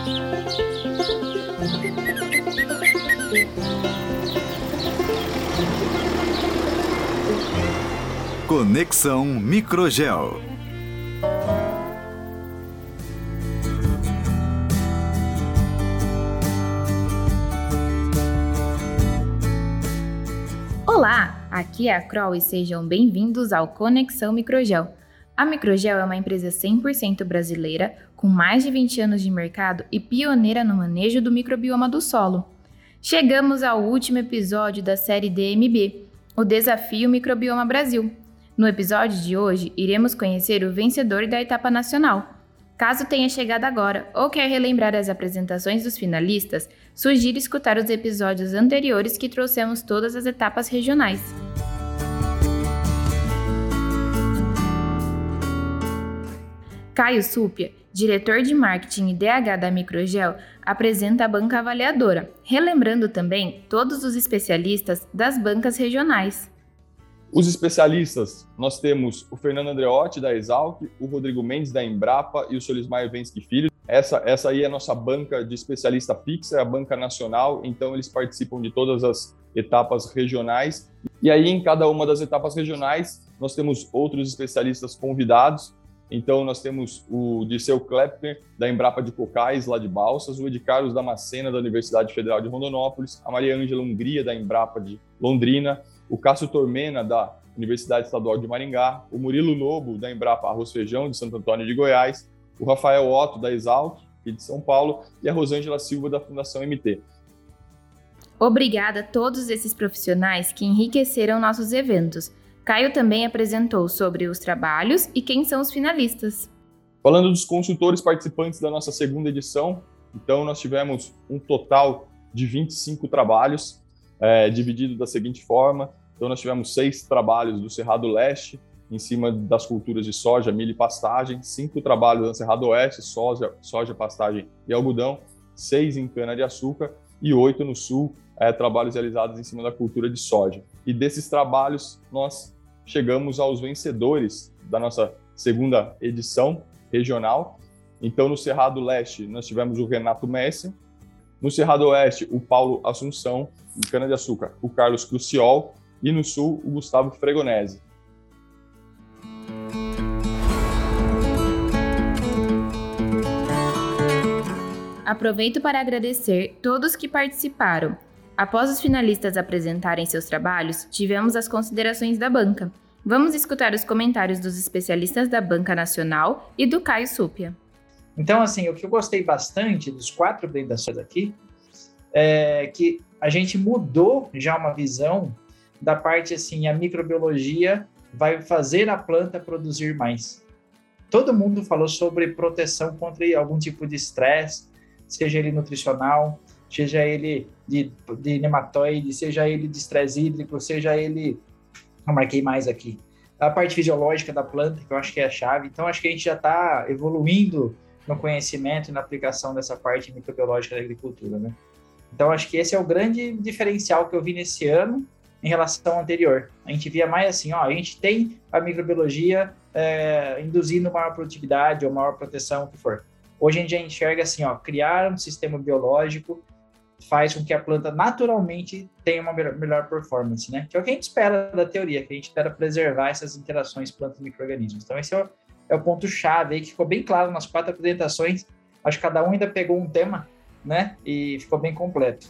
Conexão Microgel. Olá, aqui é a Kroll e sejam bem-vindos ao Conexão Microgel. A Microgel é uma empresa 100% brasileira, com mais de 20 anos de mercado e pioneira no manejo do microbioma do solo. Chegamos ao último episódio da série DMB, o Desafio Microbioma Brasil. No episódio de hoje, iremos conhecer o vencedor da etapa nacional. Caso tenha chegado agora ou quer relembrar as apresentações dos finalistas, sugiro escutar os episódios anteriores que trouxemos todas as etapas regionais. Caio Súpia, diretor de marketing e DH da Microgel, apresenta a banca avaliadora, relembrando também todos os especialistas das bancas regionais. Os especialistas, nós temos o Fernando Andreotti, da Exalc, o Rodrigo Mendes, da Embrapa e o Solismaio Vensky Filho. Essa aí é a nossa banca de especialista fixa, é a banca nacional, então eles participam de todas as etapas regionais. E aí, em cada uma das etapas regionais, nós temos outros especialistas convidados. Então, nós temos o Dirceu Klepner, da Embrapa de Cocais, lá de Balsas, o Ed Carlos Damascena, da Universidade Federal de Rondonópolis, a Maria Ângela Hungria, da Embrapa de Londrina, o Cássio Tormena, da Universidade Estadual de Maringá, o Murilo Lobo, da Embrapa Arroz Feijão, de Santo Antônio de Goiás, o Rafael Otto, da Exalc, aqui de São Paulo, e a Rosângela Silva, da Fundação MT. Obrigada a todos esses profissionais que enriqueceram nossos eventos. Caio também apresentou sobre os trabalhos e quem são os finalistas. Falando dos consultores participantes da nossa segunda edição, então nós tivemos um total de 25 trabalhos, dividido da seguinte forma. Então nós tivemos 6 trabalhos do Cerrado Leste, em cima das culturas de soja, milho e pastagem, 5 trabalhos no Cerrado Oeste, soja, pastagem e algodão, 6 em cana-de-açúcar e 8 no Sul, trabalhos realizados em cima da cultura de soja. E desses trabalhos nós chegamos aos vencedores da nossa segunda edição regional. Então no Cerrado Leste nós tivemos o Renato Messi, no Cerrado Oeste o Paulo Assunção, em cana-de-açúcar o Carlos Cruciol e no Sul o Gustavo Fregonese. Aproveito para agradecer todos que participaram. Após os finalistas apresentarem seus trabalhos, tivemos as considerações da banca. Vamos escutar os comentários dos especialistas da banca nacional e do Caio Súpia. Então, assim, o que eu gostei bastante dos 4 apresentações aqui é que a gente mudou já uma visão da parte, assim, a microbiologia vai fazer a planta produzir mais. Todo mundo falou sobre proteção contra algum tipo de estresse, seja ele nutricional, seja ele de nematóide, seja ele de estresse hídrico, seja ele... Eu marquei mais aqui. A parte fisiológica da planta, que eu acho que é a chave. Então, acho que a gente já está evoluindo no conhecimento e na aplicação dessa parte microbiológica da agricultura, né? Então, acho que esse é o grande diferencial que eu vi nesse ano em relação ao anterior. A gente via mais assim, a gente tem a microbiologia induzindo maior produtividade ou maior proteção, o que for. Hoje a gente já enxerga assim, criar um sistema biológico faz com que a planta naturalmente tenha uma melhor performance, né? Que é o que a gente espera da teoria, que a gente espera preservar essas interações plantas e micro-organismos. Então esse é o ponto-chave aí, que ficou bem claro nas 4 apresentações. Acho que cada um ainda pegou um tema, né? E ficou bem completo.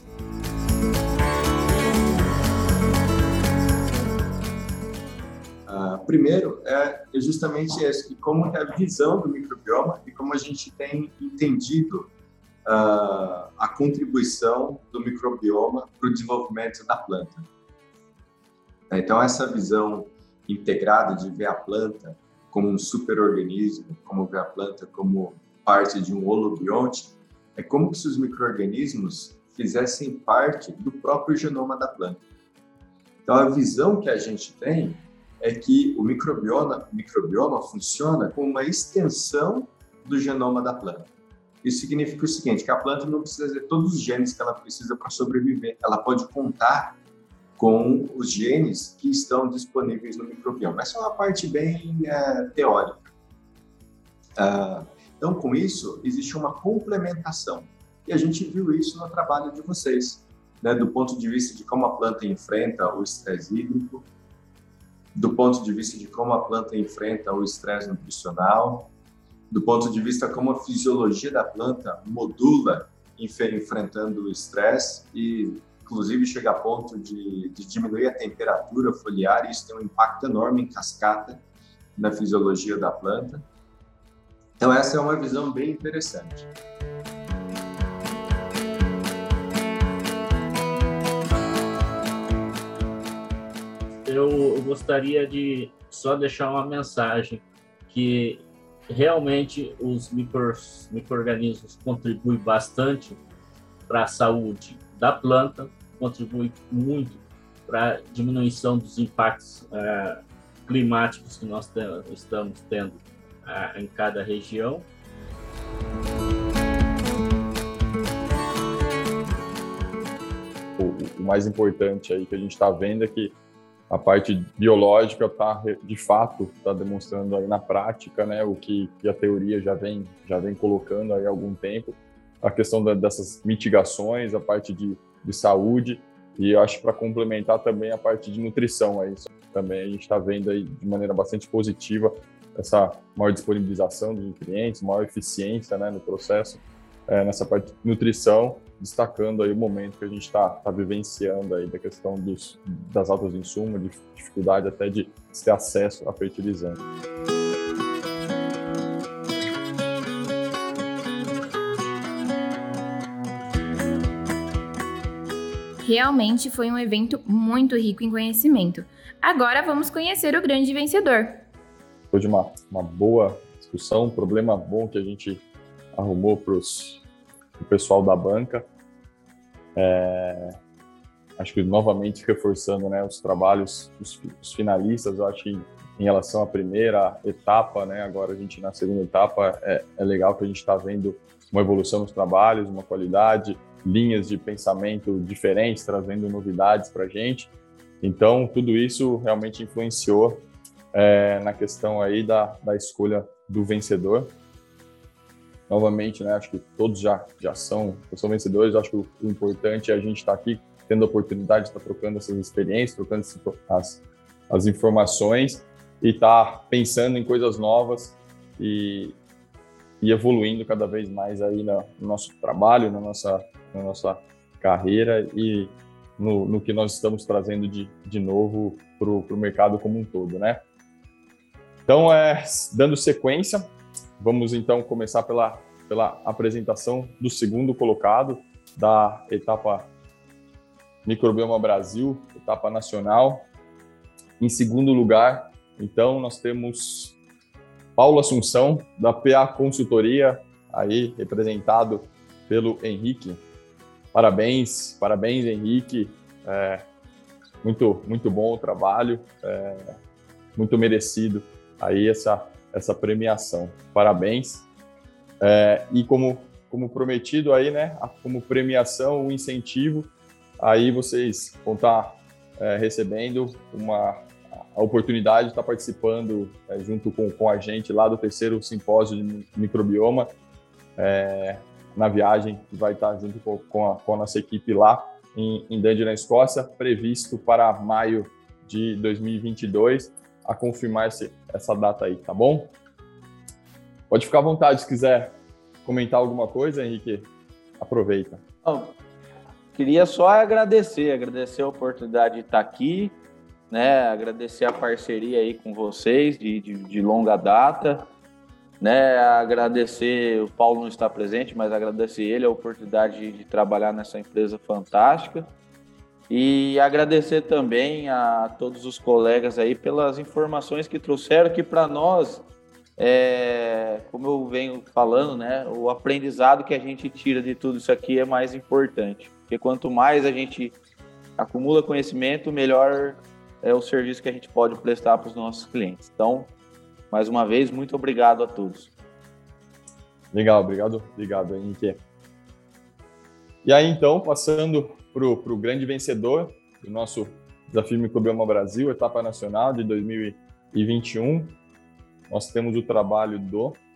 Primeiro, é justamente esse, como é a visão do microbioma e como a gente tem entendido a contribuição do microbioma para o desenvolvimento da planta. Então, essa visão integrada de ver a planta como um superorganismo, como ver a planta como parte de um holobionte, é como se os micro-organismos fizessem parte do próprio genoma da planta. Então, a visão que a gente tem é que o microbioma funciona como uma extensão do genoma da planta. Isso significa o seguinte, que a planta não precisa ter todos os genes que ela precisa para sobreviver. Ela pode contar com os genes que estão disponíveis no microbioma. Essa é uma parte bem teórica. Então, com isso, existe uma complementação. E a gente viu isso no trabalho de vocês, né? Do ponto de vista de como a planta enfrenta o estresse hídrico, do ponto de vista de como a planta enfrenta o estresse nutricional, do ponto de vista como a fisiologia da planta modula enfrentando o estresse e, inclusive, chega a ponto de diminuir a temperatura foliar, e isso tem um impacto enorme em cascata na fisiologia da planta. Então, essa é uma visão bem interessante. Eu gostaria de só deixar uma mensagem que realmente os micro-organismos contribuem bastante para a saúde da planta, contribuem muito para a diminuição dos impactos climáticos que nós estamos tendo em cada região. O mais importante aí que a gente está vendo é que a parte biológica de fato está demonstrando aí na prática, né, o que a teoria já vem colocando aí há algum tempo, a questão dessas mitigações, a parte de saúde, e eu acho para complementar também a parte de nutrição aí também a gente está vendo aí de maneira bastante positiva essa maior disponibilização dos nutrientes, maior eficiência, né, no processo, nessa parte de nutrição, destacando aí o momento que a gente está vivenciando aí da questão das altas insumos, de dificuldade até de ter acesso a fertilizante. Realmente foi um evento muito rico em conhecimento. Agora vamos conhecer o grande vencedor. Foi de uma boa discussão, um problema bom que a gente arrumou para o pessoal da banca. Acho que novamente reforçando, né, os trabalhos dos finalistas. Eu acho que em relação à primeira etapa, né, agora a gente na segunda etapa, é legal que a gente está vendo uma evolução nos trabalhos, uma qualidade, linhas de pensamento diferentes, trazendo novidades para a gente. Então, tudo isso realmente influenciou na questão aí da escolha do vencedor. Novamente, né, acho que todos já são vencedores. Acho que o importante é a gente estar aqui tendo a oportunidade de estar trocando essas experiências, trocando as informações e estar pensando em coisas novas e evoluindo cada vez mais aí no nosso trabalho, na nossa carreira e no que nós estamos trazendo de novo para o mercado como um todo, né? Então, dando sequência, vamos então começar pela apresentação do segundo colocado da etapa Microbioma Brasil, etapa nacional. Em segundo lugar, então, nós temos Paulo Assunção, da PA Consultoria, aí representado pelo Henrique. Parabéns, Henrique. Muito bom o trabalho, muito merecido aí essa premiação. Parabéns. E como prometido aí, né, como premiação, um incentivo, aí vocês vão estar recebendo a oportunidade de estar participando junto com a gente lá do terceiro simpósio de microbioma, na viagem que vai estar junto com a nossa equipe lá em Dundee, na Escócia, previsto para maio de 2022, a confirmar essa data aí, tá bom? Pode ficar à vontade, se quiser comentar alguma coisa, Henrique, aproveita. Queria só agradecer a oportunidade de estar aqui, né? Agradecer a parceria aí com vocês de longa data, né? Agradecer, o Paulo não está presente, mas agradecer ele a oportunidade de trabalhar nessa empresa fantástica e agradecer também a todos os colegas aí pelas informações que trouxeram, que para nós, como eu venho falando, né? O aprendizado que a gente tira de tudo isso aqui é mais importante, porque quanto mais a gente acumula conhecimento, melhor é o serviço que a gente pode prestar para os nossos clientes. Então, mais uma vez, muito obrigado a todos. Legal, obrigado, Henrique. E aí, então, passando para o grande vencedor do nosso Desafio Microbioma Brasil, etapa nacional de 2021, nós temos o trabalho do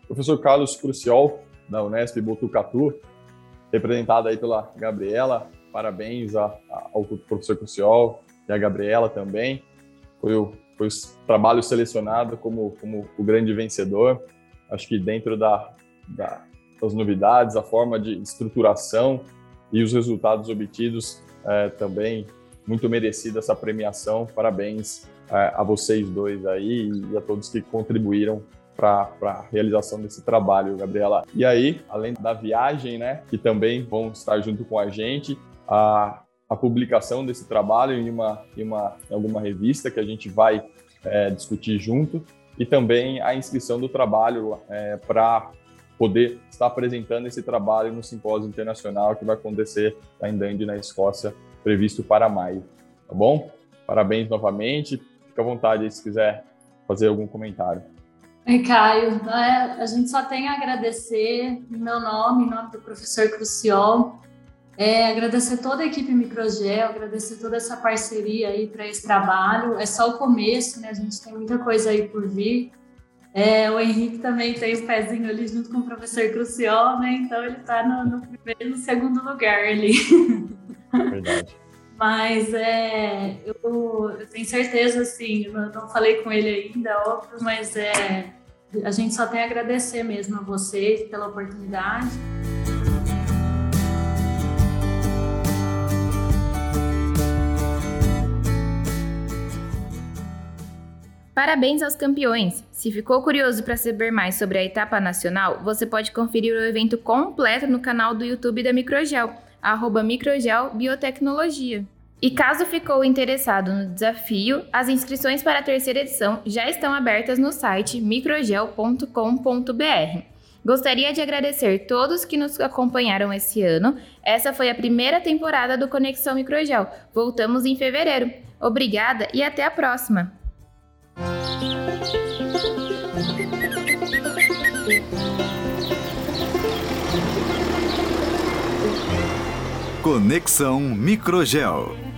Professor Carlos Cruciol, da Unesp Botucatu, representado aí pela Gabriela. Parabéns ao professor Cruciol e à Gabriela também. Foi o trabalho selecionado como o grande vencedor. Acho que dentro das novidades, a forma de estruturação e os resultados obtidos, também muito merecida essa premiação. Parabéns a vocês dois aí e a todos que contribuíram para a realização desse trabalho, Gabriela. E aí, além da viagem, né, que também vão estar junto com a gente, a publicação desse trabalho em alguma revista que a gente vai discutir junto, e também a inscrição do trabalho para poder estar apresentando esse trabalho no simpósio internacional que vai acontecer lá em Dundee, na Escócia, previsto para maio. Tá bom? Parabéns novamente. Fica à vontade aí se quiser fazer algum comentário. Oi, Caio. A gente só tem a agradecer em meu nome, em nome do professor Cruciol, agradecer toda a equipe Microgel, agradecer toda essa parceria aí para esse trabalho. É só o começo, né? A gente tem muita coisa aí por vir. O Henrique também tem um pezinho ali junto com o professor Cruciol, né? Então ele está no primeiro e no segundo lugar ali. Verdade. Mas eu tenho certeza, assim, eu não falei com ele ainda, óbvio, mas a gente só tem a agradecer mesmo a vocês pela oportunidade. Parabéns aos campeões! Se ficou curioso para saber mais sobre a etapa nacional, você pode conferir o evento completo no canal do YouTube da Microgel, @Microgel Biotecnologia. E caso ficou interessado no desafio, as inscrições para a terceira edição já estão abertas no site microgel.com.br. Gostaria de agradecer todos que nos acompanharam esse ano. Essa foi a primeira temporada do Conexão Microgel. Voltamos em fevereiro. Obrigada e até a próxima! Conexão Microgel.